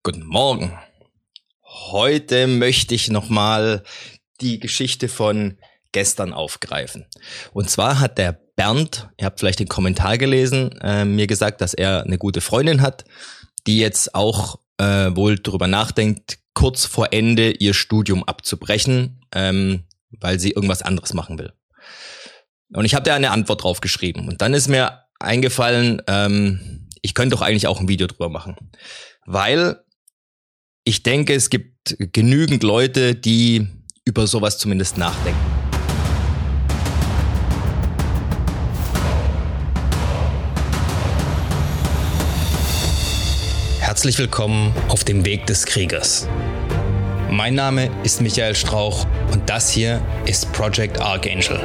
Guten Morgen. Heute möchte ich nochmal die Geschichte von gestern aufgreifen. Und zwar hat der Bernd, ihr habt vielleicht den Kommentar gelesen, mir gesagt, dass er eine gute Freundin hat, die jetzt auch wohl darüber nachdenkt, kurz vor Ende ihr Studium abzubrechen, weil sie irgendwas anderes machen will. Und ich habe da eine Antwort drauf geschrieben. Und dann ist mir eingefallen, ich könnte doch eigentlich auch ein Video drüber machen. Weil ich denke, es gibt genügend Leute, die über sowas zumindest nachdenken. Herzlich willkommen auf dem Weg des Kriegers. Mein Name ist Michael Strauch und das hier ist Project Archangel.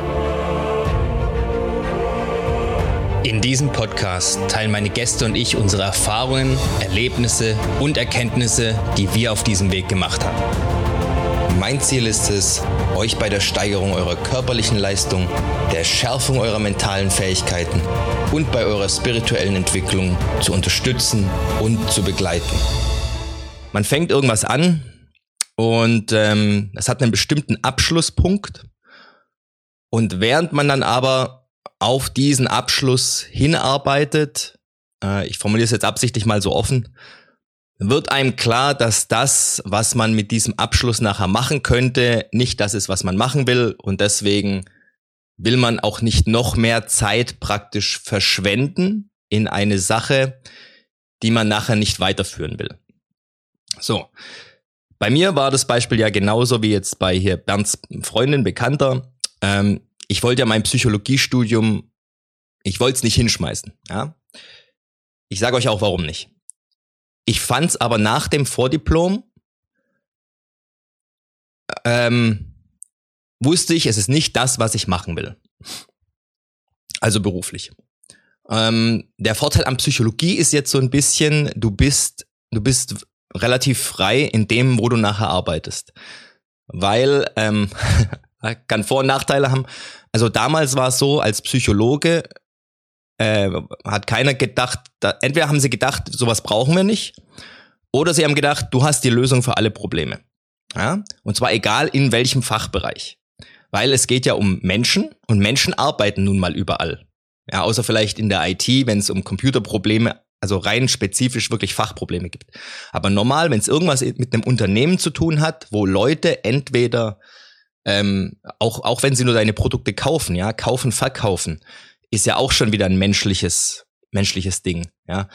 In diesem Podcast teilen meine Gäste und ich unsere Erfahrungen, Erlebnisse und Erkenntnisse, die wir auf diesem Weg gemacht haben. Mein Ziel ist es, euch bei der Steigerung eurer körperlichen Leistung, der Schärfung eurer mentalen Fähigkeiten und bei eurer spirituellen Entwicklung zu unterstützen und zu begleiten. Man fängt irgendwas an und es hat einen bestimmten Abschlusspunkt. Und während man dann aber auf diesen Abschluss hinarbeitet, ich formuliere es jetzt absichtlich mal so offen, wird einem klar, dass das, was man mit diesem Abschluss nachher machen könnte, nicht das ist, was man machen will. Und deswegen will man auch nicht noch mehr Zeit praktisch verschwenden in eine Sache, die man nachher nicht weiterführen will. So, bei mir war das Beispiel ja genauso wie jetzt bei hier Bernds Freundin, Bekannter. Ich wollte ja mein Psychologiestudium, ich wollte es nicht hinschmeißen. Ja? Ich sage euch auch, warum nicht. Ich fand es aber nach dem Vordiplom, wusste ich, es ist nicht das, was ich machen will. Also beruflich. Der Vorteil an Psychologie ist jetzt so ein bisschen, du bist relativ frei in dem, wo du nachher arbeitest. Weil, kann Vor- und Nachteile haben. Also damals war es so, als Psychologe hat keiner gedacht, entweder haben sie gedacht, sowas brauchen wir nicht, oder sie haben gedacht, du hast die Lösung für alle Probleme. Ja? Und zwar egal in welchem Fachbereich. Weil es geht ja um Menschen und Menschen arbeiten nun mal überall. Ja, außer vielleicht in der IT, wenn es um Computerprobleme, also rein spezifisch wirklich Fachprobleme gibt. Aber normal, wenn es irgendwas mit einem Unternehmen zu tun hat, wo Leute entweder auch wenn sie nur deine Produkte kaufen, ja, verkaufen, ist ja auch schon wieder ein menschliches Ding, ja.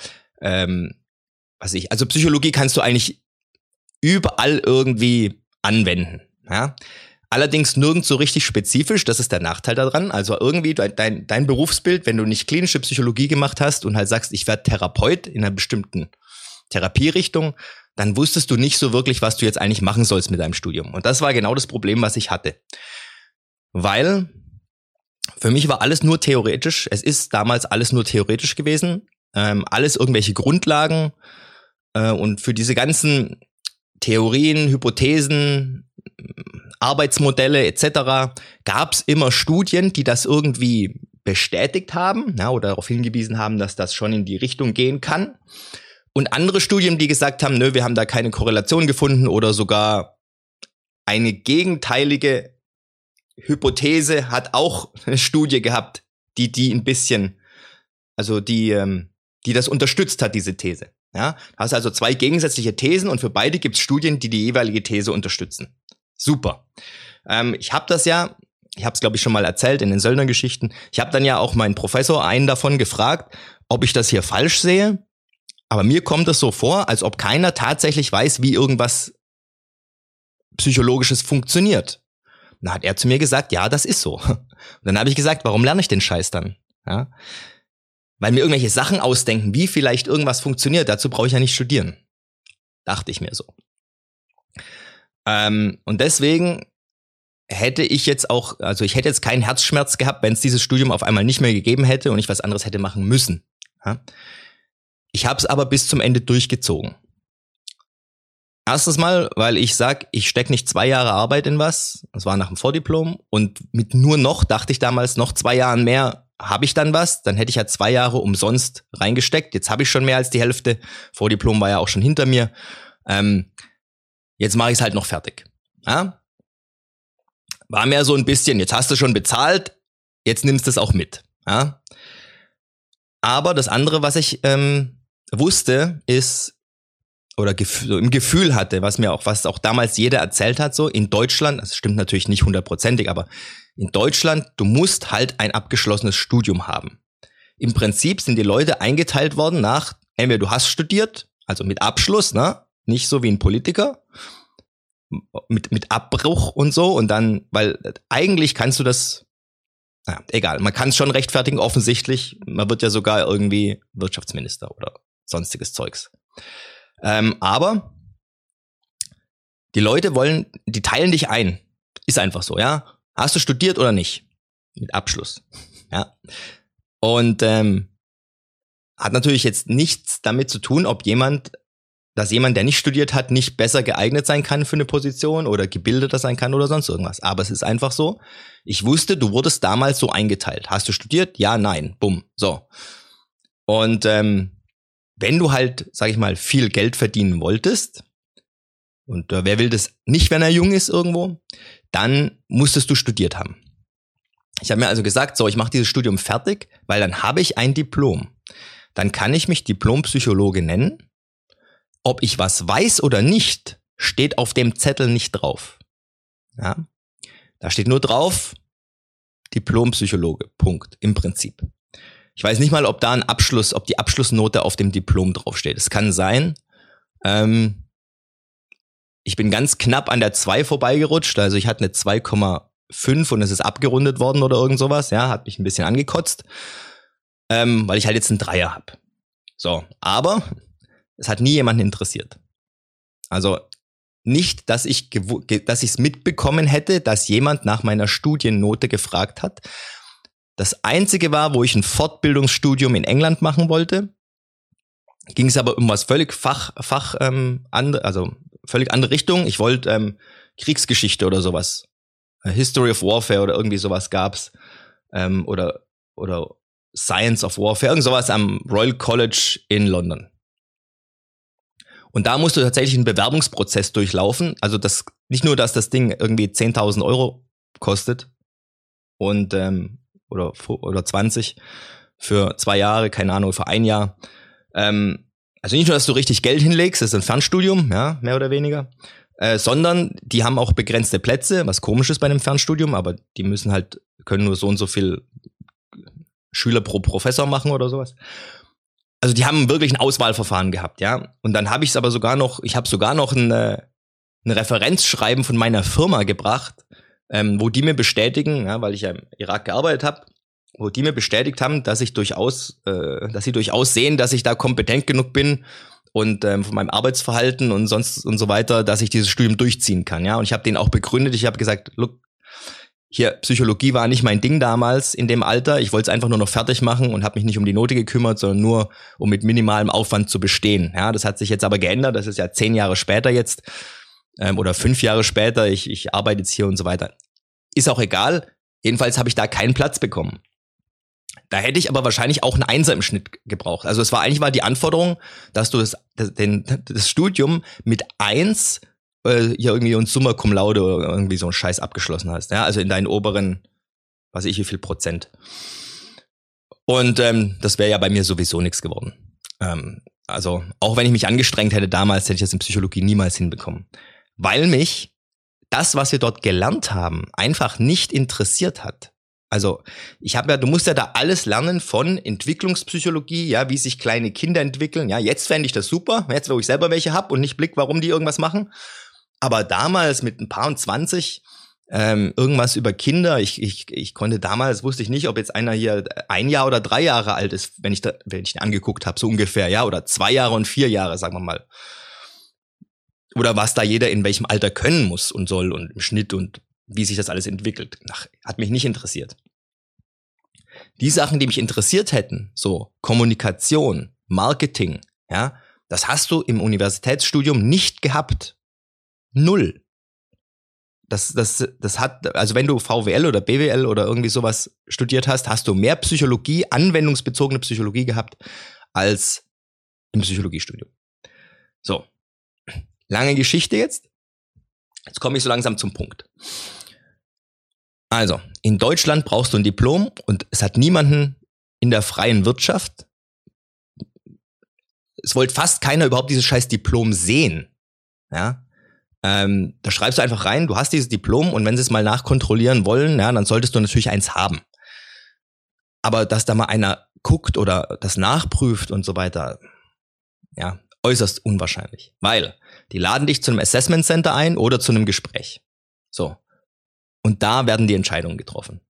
Also Psychologie kannst du eigentlich überall irgendwie anwenden, ja. Allerdings nirgends so richtig spezifisch, das ist der Nachteil daran. Also irgendwie dein Berufsbild, wenn du nicht klinische Psychologie gemacht hast und halt sagst, ich werde Therapeut in einer bestimmten Therapierichtung, dann wusstest du nicht so wirklich, was du jetzt eigentlich machen sollst mit deinem Studium. Und das war genau das Problem, was ich hatte. Weil für mich war alles nur theoretisch. Es ist damals alles nur theoretisch gewesen. Alles irgendwelche Grundlagen. Und für diese ganzen Theorien, Hypothesen, Arbeitsmodelle etc. gab es immer Studien, die das irgendwie bestätigt haben, ja, oder darauf hingewiesen haben, dass das schon in die Richtung gehen kann. Und andere Studien, die gesagt haben, nö, wir haben da keine Korrelation gefunden oder sogar eine gegenteilige Hypothese hat auch eine Studie gehabt, die ein bisschen, also die das unterstützt hat, diese These. Ja, da hast also zwei gegensätzliche Thesen und für beide gibt es Studien, die jeweilige These unterstützen. Super. Ich habe es glaube ich schon mal erzählt in den Söldnergeschichten, ich habe dann ja auch meinen Professor, einen davon, gefragt, ob ich das hier falsch sehe. Aber mir kommt es so vor, als ob keiner tatsächlich weiß, wie irgendwas Psychologisches funktioniert. Dann hat er zu mir gesagt, ja, das ist so. Und dann habe ich gesagt, warum lerne ich den Scheiß dann? Ja? Weil mir irgendwelche Sachen ausdenken, wie vielleicht irgendwas funktioniert, dazu brauche ich ja nicht studieren. Dachte ich mir so. Und deswegen hätte ich jetzt keinen Herzschmerz gehabt, wenn es dieses Studium auf einmal nicht mehr gegeben hätte und ich was anderes hätte machen müssen. Ja? Ich habe es aber bis zum Ende durchgezogen. Erstens mal, weil ich sag, ich stecke nicht 2 Jahre Arbeit in was. Das war nach dem Vordiplom. Und mit dachte ich damals, noch 2 Jahren mehr habe ich dann was. Dann hätte ich ja 2 Jahre umsonst reingesteckt. Jetzt habe ich schon mehr als die Hälfte. Vordiplom war ja auch schon hinter mir. Jetzt mache ich es halt noch fertig. Ja? War mir so ein bisschen, jetzt hast du schon bezahlt, jetzt nimmst du es auch mit. Ja? Aber das andere, was ich wusste, ist, oder so im Gefühl hatte, was auch damals jeder erzählt hat, so in Deutschland, das stimmt natürlich nicht 100%, aber in Deutschland, du musst halt ein abgeschlossenes Studium haben. Im Prinzip sind die Leute eingeteilt worden nach, entweder du hast studiert, also mit Abschluss, ne, nicht so wie ein Politiker, mit Abbruch und so, und dann, weil eigentlich kannst du das, naja, egal, man kann es schon rechtfertigen, offensichtlich, man wird ja sogar irgendwie Wirtschaftsminister oder sonstiges Zeugs. Aber die Leute die teilen dich ein. Ist einfach so, ja. Hast du studiert oder nicht? Mit Abschluss. Ja. Und hat natürlich jetzt nichts damit zu tun, dass jemand, der nicht studiert hat, nicht besser geeignet sein kann für eine Position oder gebildeter sein kann oder sonst irgendwas. Aber es ist einfach so. Ich wusste, du wurdest damals so eingeteilt. Hast du studiert? Ja, nein. Bumm. So. Und wenn du halt, sag ich mal, viel Geld verdienen wolltest, und wer will das nicht, wenn er jung ist irgendwo, dann musstest du studiert haben. Ich habe mir also gesagt, so, ich mache dieses Studium fertig, weil dann habe ich ein Diplom. Dann kann ich mich Diplompsychologe nennen. Ob ich was weiß oder nicht, steht auf dem Zettel nicht drauf. Ja? Da steht nur drauf, Diplompsychologe, Punkt, im Prinzip. Ich weiß nicht mal, ob die Abschlussnote auf dem Diplom draufsteht. Es kann sein. Ich bin ganz knapp an der 2 vorbeigerutscht. Also ich hatte eine 2,5 und es ist abgerundet worden oder irgend sowas. Ja, hat mich ein bisschen angekotzt, weil ich halt jetzt einen 3er habe. So, aber es hat nie jemanden interessiert. Also nicht, dass ich es mitbekommen hätte, dass jemand nach meiner Studiennote gefragt hat. Das Einzige war, wo ich ein Fortbildungsstudium in England machen wollte, ging es aber um was völlig völlig andere Richtung. Ich wollte Kriegsgeschichte oder sowas, History of Warfare oder irgendwie sowas gab's, oder Science of Warfare, irgend sowas am Royal College in London. Und da musst du tatsächlich einen Bewerbungsprozess durchlaufen. Also das nicht nur, dass das Ding irgendwie 10.000 Euro kostet und oder 20 für 2 Jahre, keine Ahnung, für 1 Jahr. Also nicht nur, dass du richtig Geld hinlegst, das ist ein Fernstudium, ja, mehr oder weniger, sondern die haben auch begrenzte Plätze, was komisch ist bei einem Fernstudium, aber die können nur so und so viel Schüler pro Professor machen oder sowas. Also die haben wirklich ein Auswahlverfahren gehabt, ja. Und dann habe ich sogar noch ein Referenzschreiben von meiner Firma gebracht, wo die mir bestätigen, ja, weil ich ja im Irak gearbeitet habe, wo die mir bestätigt haben, dass sie durchaus sehen, dass ich da kompetent genug bin und von meinem Arbeitsverhalten und sonst und so weiter, dass ich dieses Studium durchziehen kann, ja. Und ich habe denen auch begründet, ich habe gesagt, look, hier, Psychologie war nicht mein Ding damals in dem Alter. Ich wollte es einfach nur noch fertig machen und habe mich nicht um die Note gekümmert, sondern nur, um mit minimalem Aufwand zu bestehen. Ja, das hat sich jetzt aber geändert. Das ist ja 10 Jahre später jetzt oder 5 Jahre später. Ich arbeite jetzt hier und so weiter. Ist auch egal. Jedenfalls habe ich da keinen Platz bekommen. Da hätte ich aber wahrscheinlich auch einen 1er im Schnitt gebraucht. Also eigentlich war die Anforderung, dass du das Studium mit 1 hier irgendwie und Summa Cum Laude oder irgendwie so einen Scheiß abgeschlossen hast. Ja, also in deinen oberen, weiß ich wie viel Prozent. Und das wäre ja bei mir sowieso nichts geworden. Also auch wenn ich mich angestrengt hätte damals, hätte ich das in Psychologie niemals hinbekommen. Weil mich das, was wir dort gelernt haben, einfach nicht interessiert hat. Also du musst ja da alles lernen von Entwicklungspsychologie, ja, wie sich kleine Kinder entwickeln. Ja, jetzt fände ich das super, jetzt wo ich selber welche habe und nicht blick, warum die irgendwas machen. Aber damals mit ein paar und 20 irgendwas über Kinder, ich konnte damals, wusste ich nicht, ob jetzt einer hier 1 Jahr oder 3 Jahre alt ist, wenn ich ihn angeguckt habe, so ungefähr, ja, oder 2 Jahre und 4 Jahre, sagen wir mal. Oder was da jeder in welchem Alter können muss und soll und im Schnitt und wie sich das alles entwickelt. Hat mich nicht interessiert. Die Sachen, die mich interessiert hätten, so Kommunikation, Marketing, ja, das hast du im Universitätsstudium nicht gehabt. 0. Das hat, also wenn du VWL oder BWL oder irgendwie sowas studiert hast, hast du mehr Psychologie, anwendungsbezogene Psychologie gehabt als im Psychologiestudium. So. Lange Geschichte jetzt. Jetzt komme ich so langsam zum Punkt. Also, in Deutschland brauchst du ein Diplom und es hat niemanden in der freien Wirtschaft. Es wollte fast keiner überhaupt dieses scheiß Diplom sehen. Ja. Da schreibst du einfach rein, du hast dieses Diplom und wenn sie es mal nachkontrollieren wollen, ja, dann solltest du natürlich eins haben. Aber dass da mal einer guckt oder das nachprüft und so weiter, ja, äußerst unwahrscheinlich. Weil die laden dich zu einem Assessment Center ein oder zu einem Gespräch. So. Und da werden die Entscheidungen getroffen.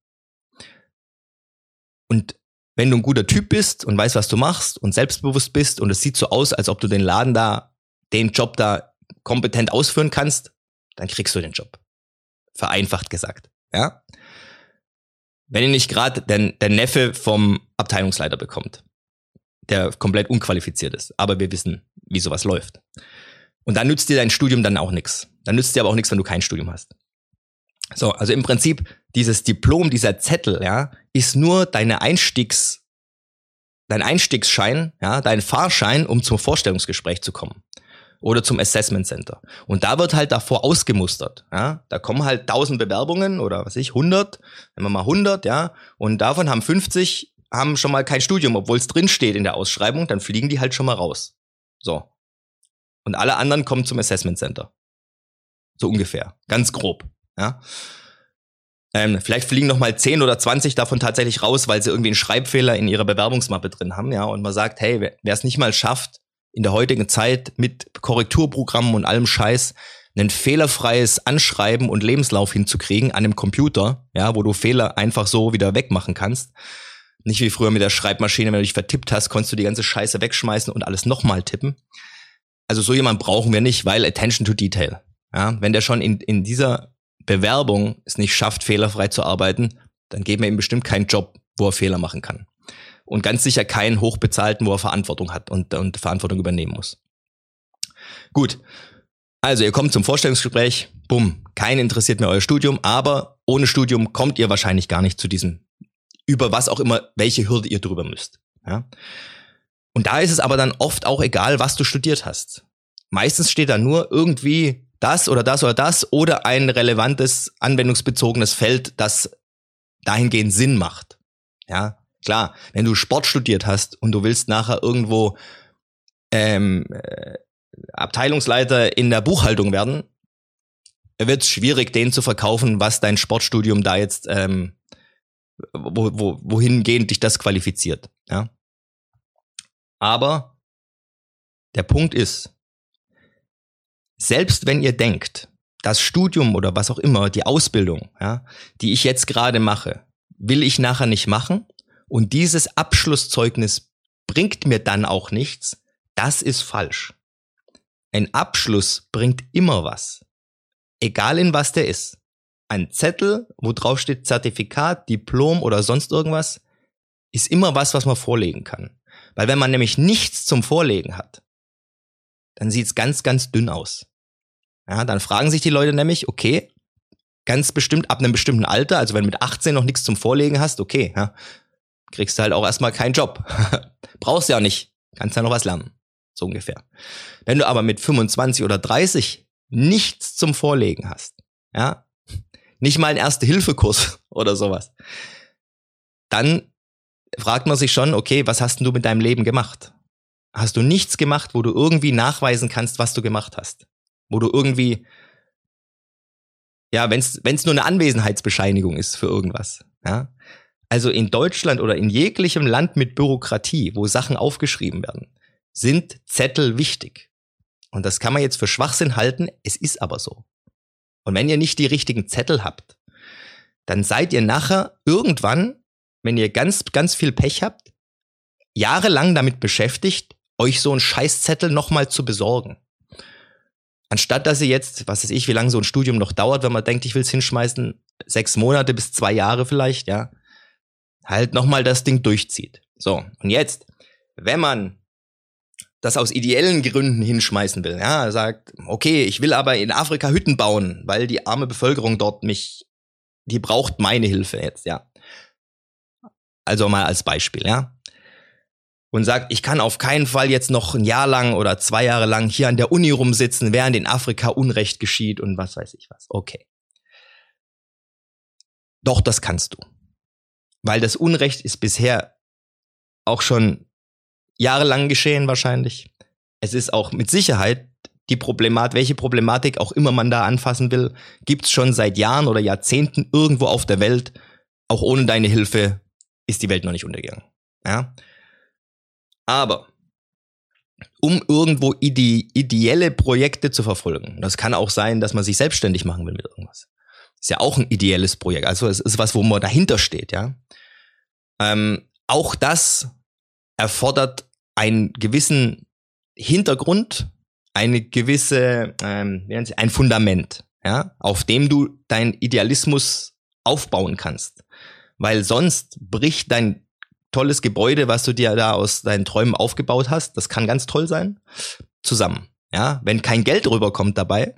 Und wenn du ein guter Typ bist und weißt, was du machst und selbstbewusst bist und es sieht so aus, als ob du den Job da kompetent ausführen kannst, dann kriegst du den Job. Vereinfacht gesagt. Ja? Wenn ihr nicht gerade der Neffe vom Abteilungsleiter bekommt, der komplett unqualifiziert ist. Aber wir wissen, wie sowas läuft. Und dann nützt dir dein Studium dann auch nichts. Dann nützt dir aber auch nichts, wenn du kein Studium hast. So, also im Prinzip dieses Diplom, dieser Zettel, ja, ist nur dein Einstiegsschein, ja, dein Fahrschein, um zum Vorstellungsgespräch zu kommen. Oder zum Assessment Center. Und da wird halt davor ausgemustert, ja. Da kommen halt 1000 Bewerbungen oder 100, nehmen wir mal 100, ja. Und davon haben 50 schon mal kein Studium, obwohl es drin steht in der Ausschreibung, dann fliegen die halt schon mal raus. So. Und alle anderen kommen zum Assessment Center. So ungefähr. Ganz grob, ja. Vielleicht fliegen noch mal 10 oder 20 davon tatsächlich raus, weil sie irgendwie einen Schreibfehler in ihrer Bewerbungsmappe drin haben, ja. Und man sagt, hey, wer es nicht mal schafft, in der heutigen Zeit mit Korrekturprogrammen und allem Scheiß ein fehlerfreies Anschreiben und Lebenslauf hinzukriegen an einem Computer, ja, wo du Fehler einfach so wieder wegmachen kannst. Nicht wie früher mit der Schreibmaschine, wenn du dich vertippt hast, konntest du die ganze Scheiße wegschmeißen und alles nochmal tippen. Also so jemand brauchen wir nicht, weil Attention to Detail. Ja, wenn der schon in dieser Bewerbung es nicht schafft, fehlerfrei zu arbeiten, dann geben wir ihm bestimmt keinen Job, wo er Fehler machen kann. Und ganz sicher keinen hochbezahlten, wo er Verantwortung hat und Verantwortung übernehmen muss. Gut, also ihr kommt zum Vorstellungsgespräch, bumm, keinen interessiert mehr euer Studium, aber ohne Studium kommt ihr wahrscheinlich gar nicht zu diesem, über was auch immer, welche Hürde ihr drüber müsst. Ja? Und da ist es aber dann oft auch egal, was du studiert hast. Meistens steht da nur irgendwie das oder das oder das oder ein relevantes, anwendungsbezogenes Feld, das dahingehend Sinn macht. Ja, klar, wenn du Sport studiert hast und du willst nachher irgendwo Abteilungsleiter in der Buchhaltung werden, wird es schwierig, denen zu verkaufen, was dein Sportstudium da jetzt, wohingehend dich das qualifiziert. Ja? Aber der Punkt ist, selbst wenn ihr denkt, das Studium oder was auch immer, die Ausbildung, ja, die ich jetzt gerade mache, will ich nachher nicht machen und dieses Abschlusszeugnis bringt mir dann auch nichts, das ist falsch. Ein Abschluss bringt immer was. Egal in was der ist. Ein Zettel, wo drauf steht Zertifikat, Diplom oder sonst irgendwas, ist immer was man vorlegen kann. Weil wenn man nämlich nichts zum Vorlegen hat, dann sieht's ganz, ganz dünn aus. Ja, dann fragen sich die Leute nämlich, okay, ganz bestimmt ab einem bestimmten Alter, also wenn du mit 18 noch nichts zum Vorlegen hast, okay, ja, kriegst du halt auch erstmal keinen Job. Brauchst ja auch nicht, kannst ja noch was lernen, so ungefähr. Wenn du aber mit 25 oder 30 nichts zum Vorlegen hast, ja, nicht mal einen Erste-Hilfe-Kurs oder sowas, dann fragt man sich schon, okay, was hast denn du mit deinem Leben gemacht? Hast du nichts gemacht, wo du irgendwie nachweisen kannst, was du gemacht hast? Wo du irgendwie, ja, wenn's nur eine Anwesenheitsbescheinigung ist für irgendwas, ja. Also in Deutschland oder in jeglichem Land mit Bürokratie, wo Sachen aufgeschrieben werden, sind Zettel wichtig. Und das kann man jetzt für Schwachsinn halten, es ist aber so. Und wenn ihr nicht die richtigen Zettel habt, dann seid ihr nachher irgendwann, wenn ihr ganz, ganz viel Pech habt, jahrelang damit beschäftigt, euch so einen Scheißzettel nochmal zu besorgen. Anstatt dass ihr jetzt, was weiß ich, wie lange so ein Studium noch dauert, wenn man denkt, ich will es hinschmeißen, 6 Monate bis 2 Jahre vielleicht, ja, halt nochmal das Ding durchzieht. So, und jetzt, wenn man das aus ideellen Gründen hinschmeißen will, ja, sagt, okay, ich will aber in Afrika Hütten bauen, weil die arme Bevölkerung dort die braucht meine Hilfe jetzt, ja. Also mal als Beispiel, ja. und sagt, ich kann auf keinen Fall jetzt noch ein Jahr lang oder 2 Jahre lang hier an der Uni rumsitzen, während in Afrika Unrecht geschieht und was weiß ich was. Okay. Doch, das kannst du. Weil das Unrecht ist bisher auch schon jahrelang geschehen wahrscheinlich. Es ist auch mit Sicherheit die Problematik, welche Problematik auch immer man da anfassen will, gibt's schon seit Jahren oder Jahrzehnten irgendwo auf der Welt. Auch ohne deine Hilfe ist die Welt noch nicht untergegangen. Ja? Aber um irgendwo ideelle Projekte zu verfolgen, das kann auch sein, dass man sich selbstständig machen will mit irgendwas. Ist ja auch ein ideelles Projekt. Also es ist was, wo man dahinter steht, ja. Auch das erfordert einen gewissen Hintergrund, eine gewisse, ein Fundament, ja, auf dem du deinen Idealismus aufbauen kannst. Weil sonst bricht dein tolles Gebäude, was du dir da aus deinen Träumen aufgebaut hast, das kann ganz toll sein, zusammen. Ja, wenn kein Geld rüberkommt dabei,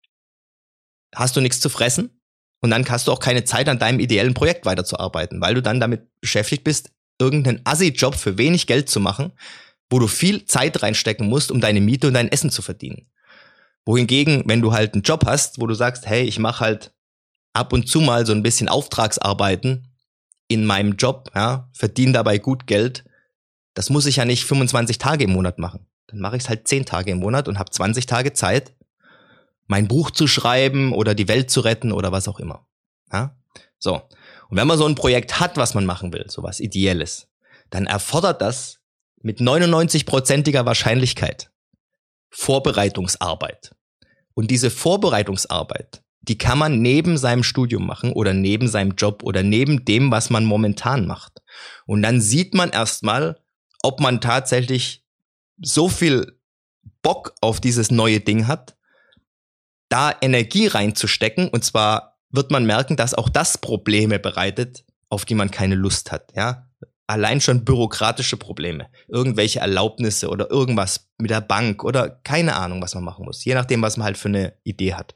hast du nichts zu fressen und dann hast du auch keine Zeit, an deinem ideellen Projekt weiterzuarbeiten, weil du dann damit beschäftigt bist, irgendeinen Assi-Job für wenig Geld zu machen, wo du viel Zeit reinstecken musst, um deine Miete und dein Essen zu verdienen. Wohingegen, wenn du halt einen Job hast, wo du sagst, hey, ich mache halt ab und zu mal so ein bisschen Auftragsarbeiten in meinem Job, ja, verdiene dabei gut Geld, das muss ich ja nicht 25 Tage im Monat machen. Dann mache ich es halt 10 Tage im Monat und habe 20 Tage Zeit, mein Buch zu schreiben oder die Welt zu retten oder was auch immer. Ja? So. Und wenn man so ein Projekt hat, was man machen will, so was Ideelles, dann erfordert das mit 99%iger Wahrscheinlichkeit Vorbereitungsarbeit. Und diese Vorbereitungsarbeit, die kann man neben seinem Studium machen oder neben seinem Job oder neben dem, was man momentan macht. Und dann sieht man erstmal, ob man tatsächlich so viel Bock auf dieses neue Ding hat, da Energie reinzustecken. Und zwar wird man merken, dass auch das Probleme bereitet, auf die man keine Lust hat. Ja, allein schon bürokratische Probleme, irgendwelche Erlaubnisse oder irgendwas mit der Bank oder keine Ahnung, was man machen muss. Je nachdem, was man halt für eine Idee hat.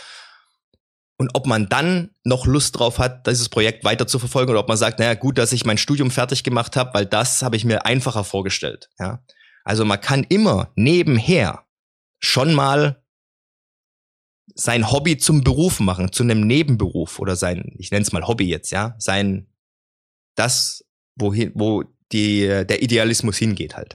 Und ob man dann noch Lust drauf hat, dieses Projekt weiter zu verfolgen oder ob man sagt, naja, gut, dass ich mein Studium fertig gemacht habe, weil das habe ich mir einfacher vorgestellt. Ja? Also man kann immer nebenher schon mal sein Hobby zum Beruf machen, zu einem Nebenberuf oder sein, ich nenne es mal Hobby jetzt, ja, wo der Idealismus hingeht halt.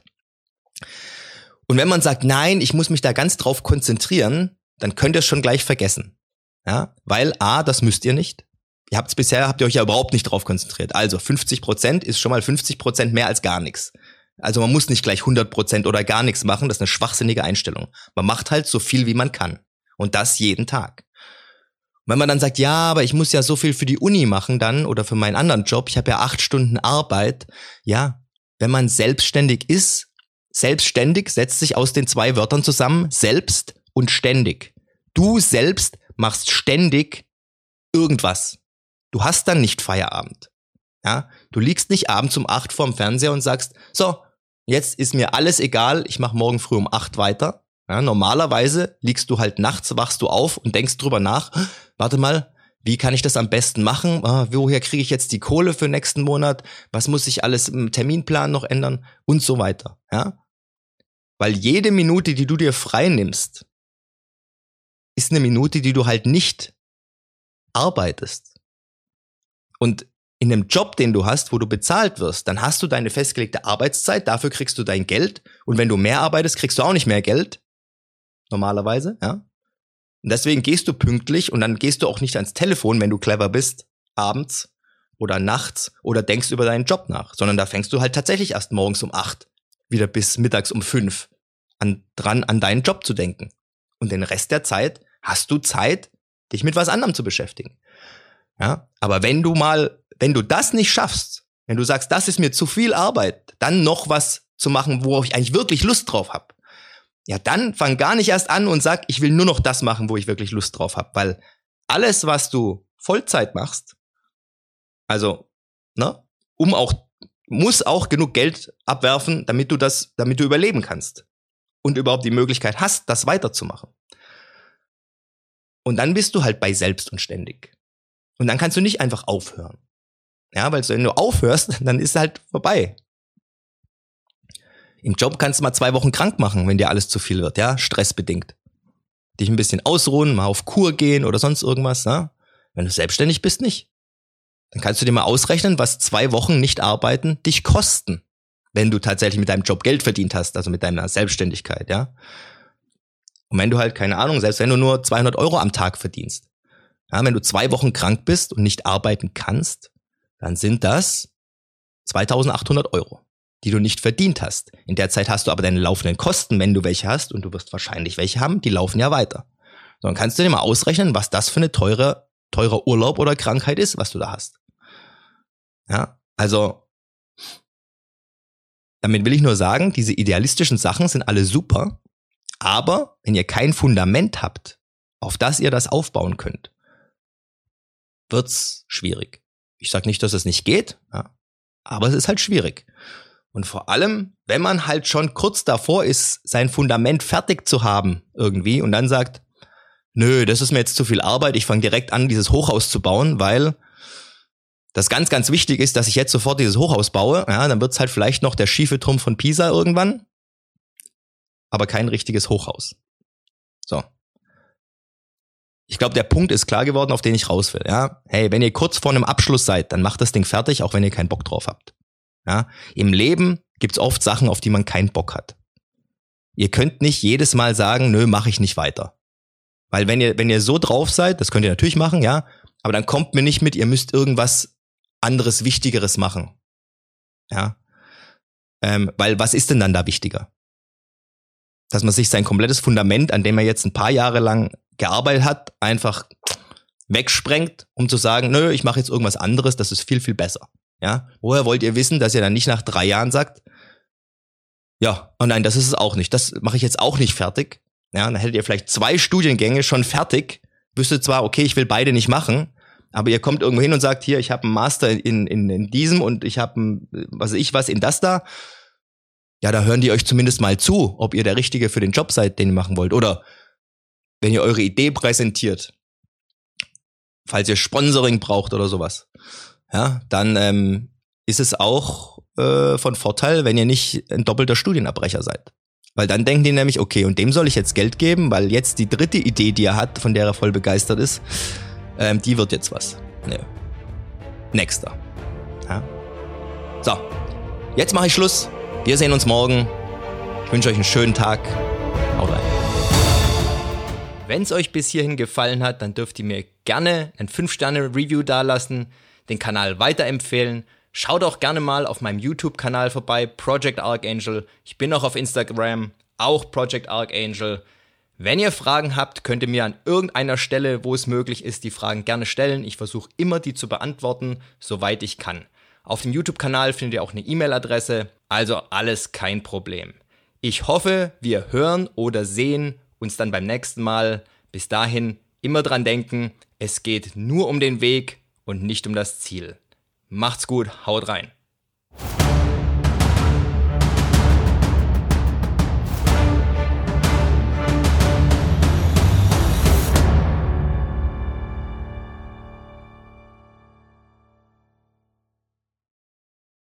Und wenn man sagt, nein, ich muss mich da ganz drauf konzentrieren, dann könnt ihr es schon gleich vergessen. Ja, weil das müsst ihr nicht. Habt ihr euch ja überhaupt nicht drauf konzentriert. Also 50% ist schon mal 50% mehr als gar nichts. Also man muss nicht gleich 100% oder gar nichts machen. Das ist eine schwachsinnige Einstellung. Man macht halt so viel, wie man kann. Und das jeden Tag. Und wenn man dann sagt, ja, aber ich muss ja so viel für die Uni machen dann oder für meinen anderen Job. Ich habe ja 8 Stunden Arbeit. Ja, wenn man selbstständig ist, selbstständig setzt sich aus den 2 Wörtern zusammen, selbst und ständig. Du selbst machst ständig irgendwas. Du hast dann nicht Feierabend. Ja, du liegst nicht abends um 8 vorm Fernseher und sagst, so, jetzt ist mir alles egal, ich mache morgen früh um 8 weiter. Ja, normalerweise liegst du halt nachts, wachst du auf und denkst drüber nach, warte mal, wie kann ich das am besten machen? Woher kriege ich jetzt die Kohle für nächsten Monat? Was muss ich alles im Terminplan noch ändern? Und so weiter. Ja? Weil jede Minute, die du dir frei nimmst, ist eine Minute, die du halt nicht arbeitest. Und in einem Job, den du hast, wo du bezahlt wirst, dann hast du deine festgelegte Arbeitszeit, dafür kriegst du dein Geld. Und wenn du mehr arbeitest, kriegst du auch nicht mehr Geld. Normalerweise, ja. Und deswegen gehst du pünktlich und dann gehst du auch nicht ans Telefon, wenn du clever bist, abends oder nachts oder denkst über deinen Job nach, sondern da fängst du halt tatsächlich erst morgens um 8 wieder bis mittags um 5 an deinen Job zu denken. Und den Rest der Zeit hast du Zeit, dich mit was anderem zu beschäftigen. Ja, aber wenn du das nicht schaffst, wenn du sagst, das ist mir zu viel Arbeit, dann noch was zu machen, worauf ich eigentlich wirklich Lust drauf habe, ja, dann fang gar nicht erst an und sag, ich will nur noch das machen, wo ich wirklich Lust drauf habe, weil alles, was du Vollzeit machst, also, muss auch genug Geld abwerfen, damit du überleben kannst und überhaupt die Möglichkeit hast, das weiterzumachen. Und dann bist du halt bei selbst und ständig. Und dann kannst du nicht einfach aufhören. Ja, weil wenn du aufhörst, dann ist es halt vorbei. Im Job kannst du mal 2 Wochen krank machen, wenn dir alles zu viel wird, ja, stressbedingt. Dich ein bisschen ausruhen, mal auf Kur gehen oder sonst irgendwas, ja. Wenn du selbstständig bist, nicht. Dann kannst du dir mal ausrechnen, was 2 Wochen nicht arbeiten dich kosten, wenn du tatsächlich mit deinem Job Geld verdient hast, also mit deiner Selbstständigkeit, ja. Und wenn du halt, keine Ahnung, selbst wenn du nur 200 Euro am Tag verdienst, ja, wenn du 2 Wochen krank bist und nicht arbeiten kannst, dann sind das 2.800 Euro, die du nicht verdient hast. In der Zeit hast du aber deine laufenden Kosten, wenn du welche hast, und du wirst wahrscheinlich welche haben, die laufen ja weiter. So, dann kannst du dir mal ausrechnen, was das für eine teurer Urlaub oder Krankheit ist, was du da hast. Ja, also damit will ich nur sagen, diese idealistischen Sachen sind alle super, aber wenn ihr kein Fundament habt, auf das ihr das aufbauen könnt, wird's schwierig. Ich sag nicht, dass es nicht geht, ja, aber es ist halt schwierig. Und vor allem, wenn man halt schon kurz davor ist, sein Fundament fertig zu haben irgendwie und dann sagt, nö, das ist mir jetzt zu viel Arbeit, ich fange direkt an, dieses Hochhaus zu bauen, weil das ganz, ganz wichtig ist, dass ich jetzt sofort dieses Hochhaus baue, ja, dann wird's halt vielleicht noch der schiefe Turm von Pisa irgendwann, aber kein richtiges Hochhaus. So. Ich glaube, der Punkt ist klar geworden, auf den ich raus will. Ja? Hey, wenn ihr kurz vor einem Abschluss seid, dann macht das Ding fertig, auch wenn ihr keinen Bock drauf habt. Ja? Im Leben gibt's oft Sachen, auf die man keinen Bock hat. Ihr könnt nicht jedes Mal sagen, nö, mache ich nicht weiter. Weil wenn ihr so drauf seid, das könnt ihr natürlich machen, ja, aber dann kommt mir nicht mit, ihr müsst irgendwas anderes, Wichtigeres machen. Ja. Weil was ist denn dann da wichtiger? Dass man sich sein komplettes Fundament, an dem er jetzt ein paar Jahre lang gearbeitet hat, einfach wegsprengt, um zu sagen, nö, ich mache jetzt irgendwas anderes, das ist viel, viel besser. Ja? Woher wollt ihr wissen, dass ihr dann nicht nach 3 Jahren sagt, ja, oh nein, das ist es auch nicht, das mache ich jetzt auch nicht fertig. Ja, dann hättet ihr vielleicht 2 Studiengänge schon fertig, wüsstet zwar, okay, ich will beide nicht machen, aber ihr kommt irgendwo hin und sagt, hier, ich habe einen Master in diesem und ich habe was in das da. Ja, da hören die euch zumindest mal zu, ob ihr der Richtige für den Job seid, den ihr machen wollt. Oder wenn ihr eure Idee präsentiert, falls ihr Sponsoring braucht oder sowas, ja, dann ist es auch von Vorteil, wenn ihr nicht ein doppelter Studienabbrecher seid. Weil dann denken die nämlich, okay, und dem soll ich jetzt Geld geben, weil jetzt die 3. Idee, die er hat, von der er voll begeistert ist, die wird jetzt was. Nee. Nächster. Ja. So, jetzt mache ich Schluss. Wir sehen uns morgen. Ich wünsche euch einen schönen Tag. Haut rein. Wenn es euch bis hierhin gefallen hat, dann dürft ihr mir gerne ein 5-Sterne-Review dalassen, den Kanal weiterempfehlen. Schaut auch gerne mal auf meinem YouTube-Kanal vorbei, Project Archangel. Ich bin auch auf Instagram, auch Project Archangel. Wenn ihr Fragen habt, könnt ihr mir an irgendeiner Stelle, wo es möglich ist, die Fragen gerne stellen. Ich versuche immer, die zu beantworten, soweit ich kann. Auf dem YouTube-Kanal findet ihr auch eine E-Mail-Adresse, also alles kein Problem. Ich hoffe, wir hören oder sehen uns dann beim nächsten Mal. Bis dahin immer dran denken, es geht nur um den Weg und nicht um das Ziel. Macht's gut, haut rein.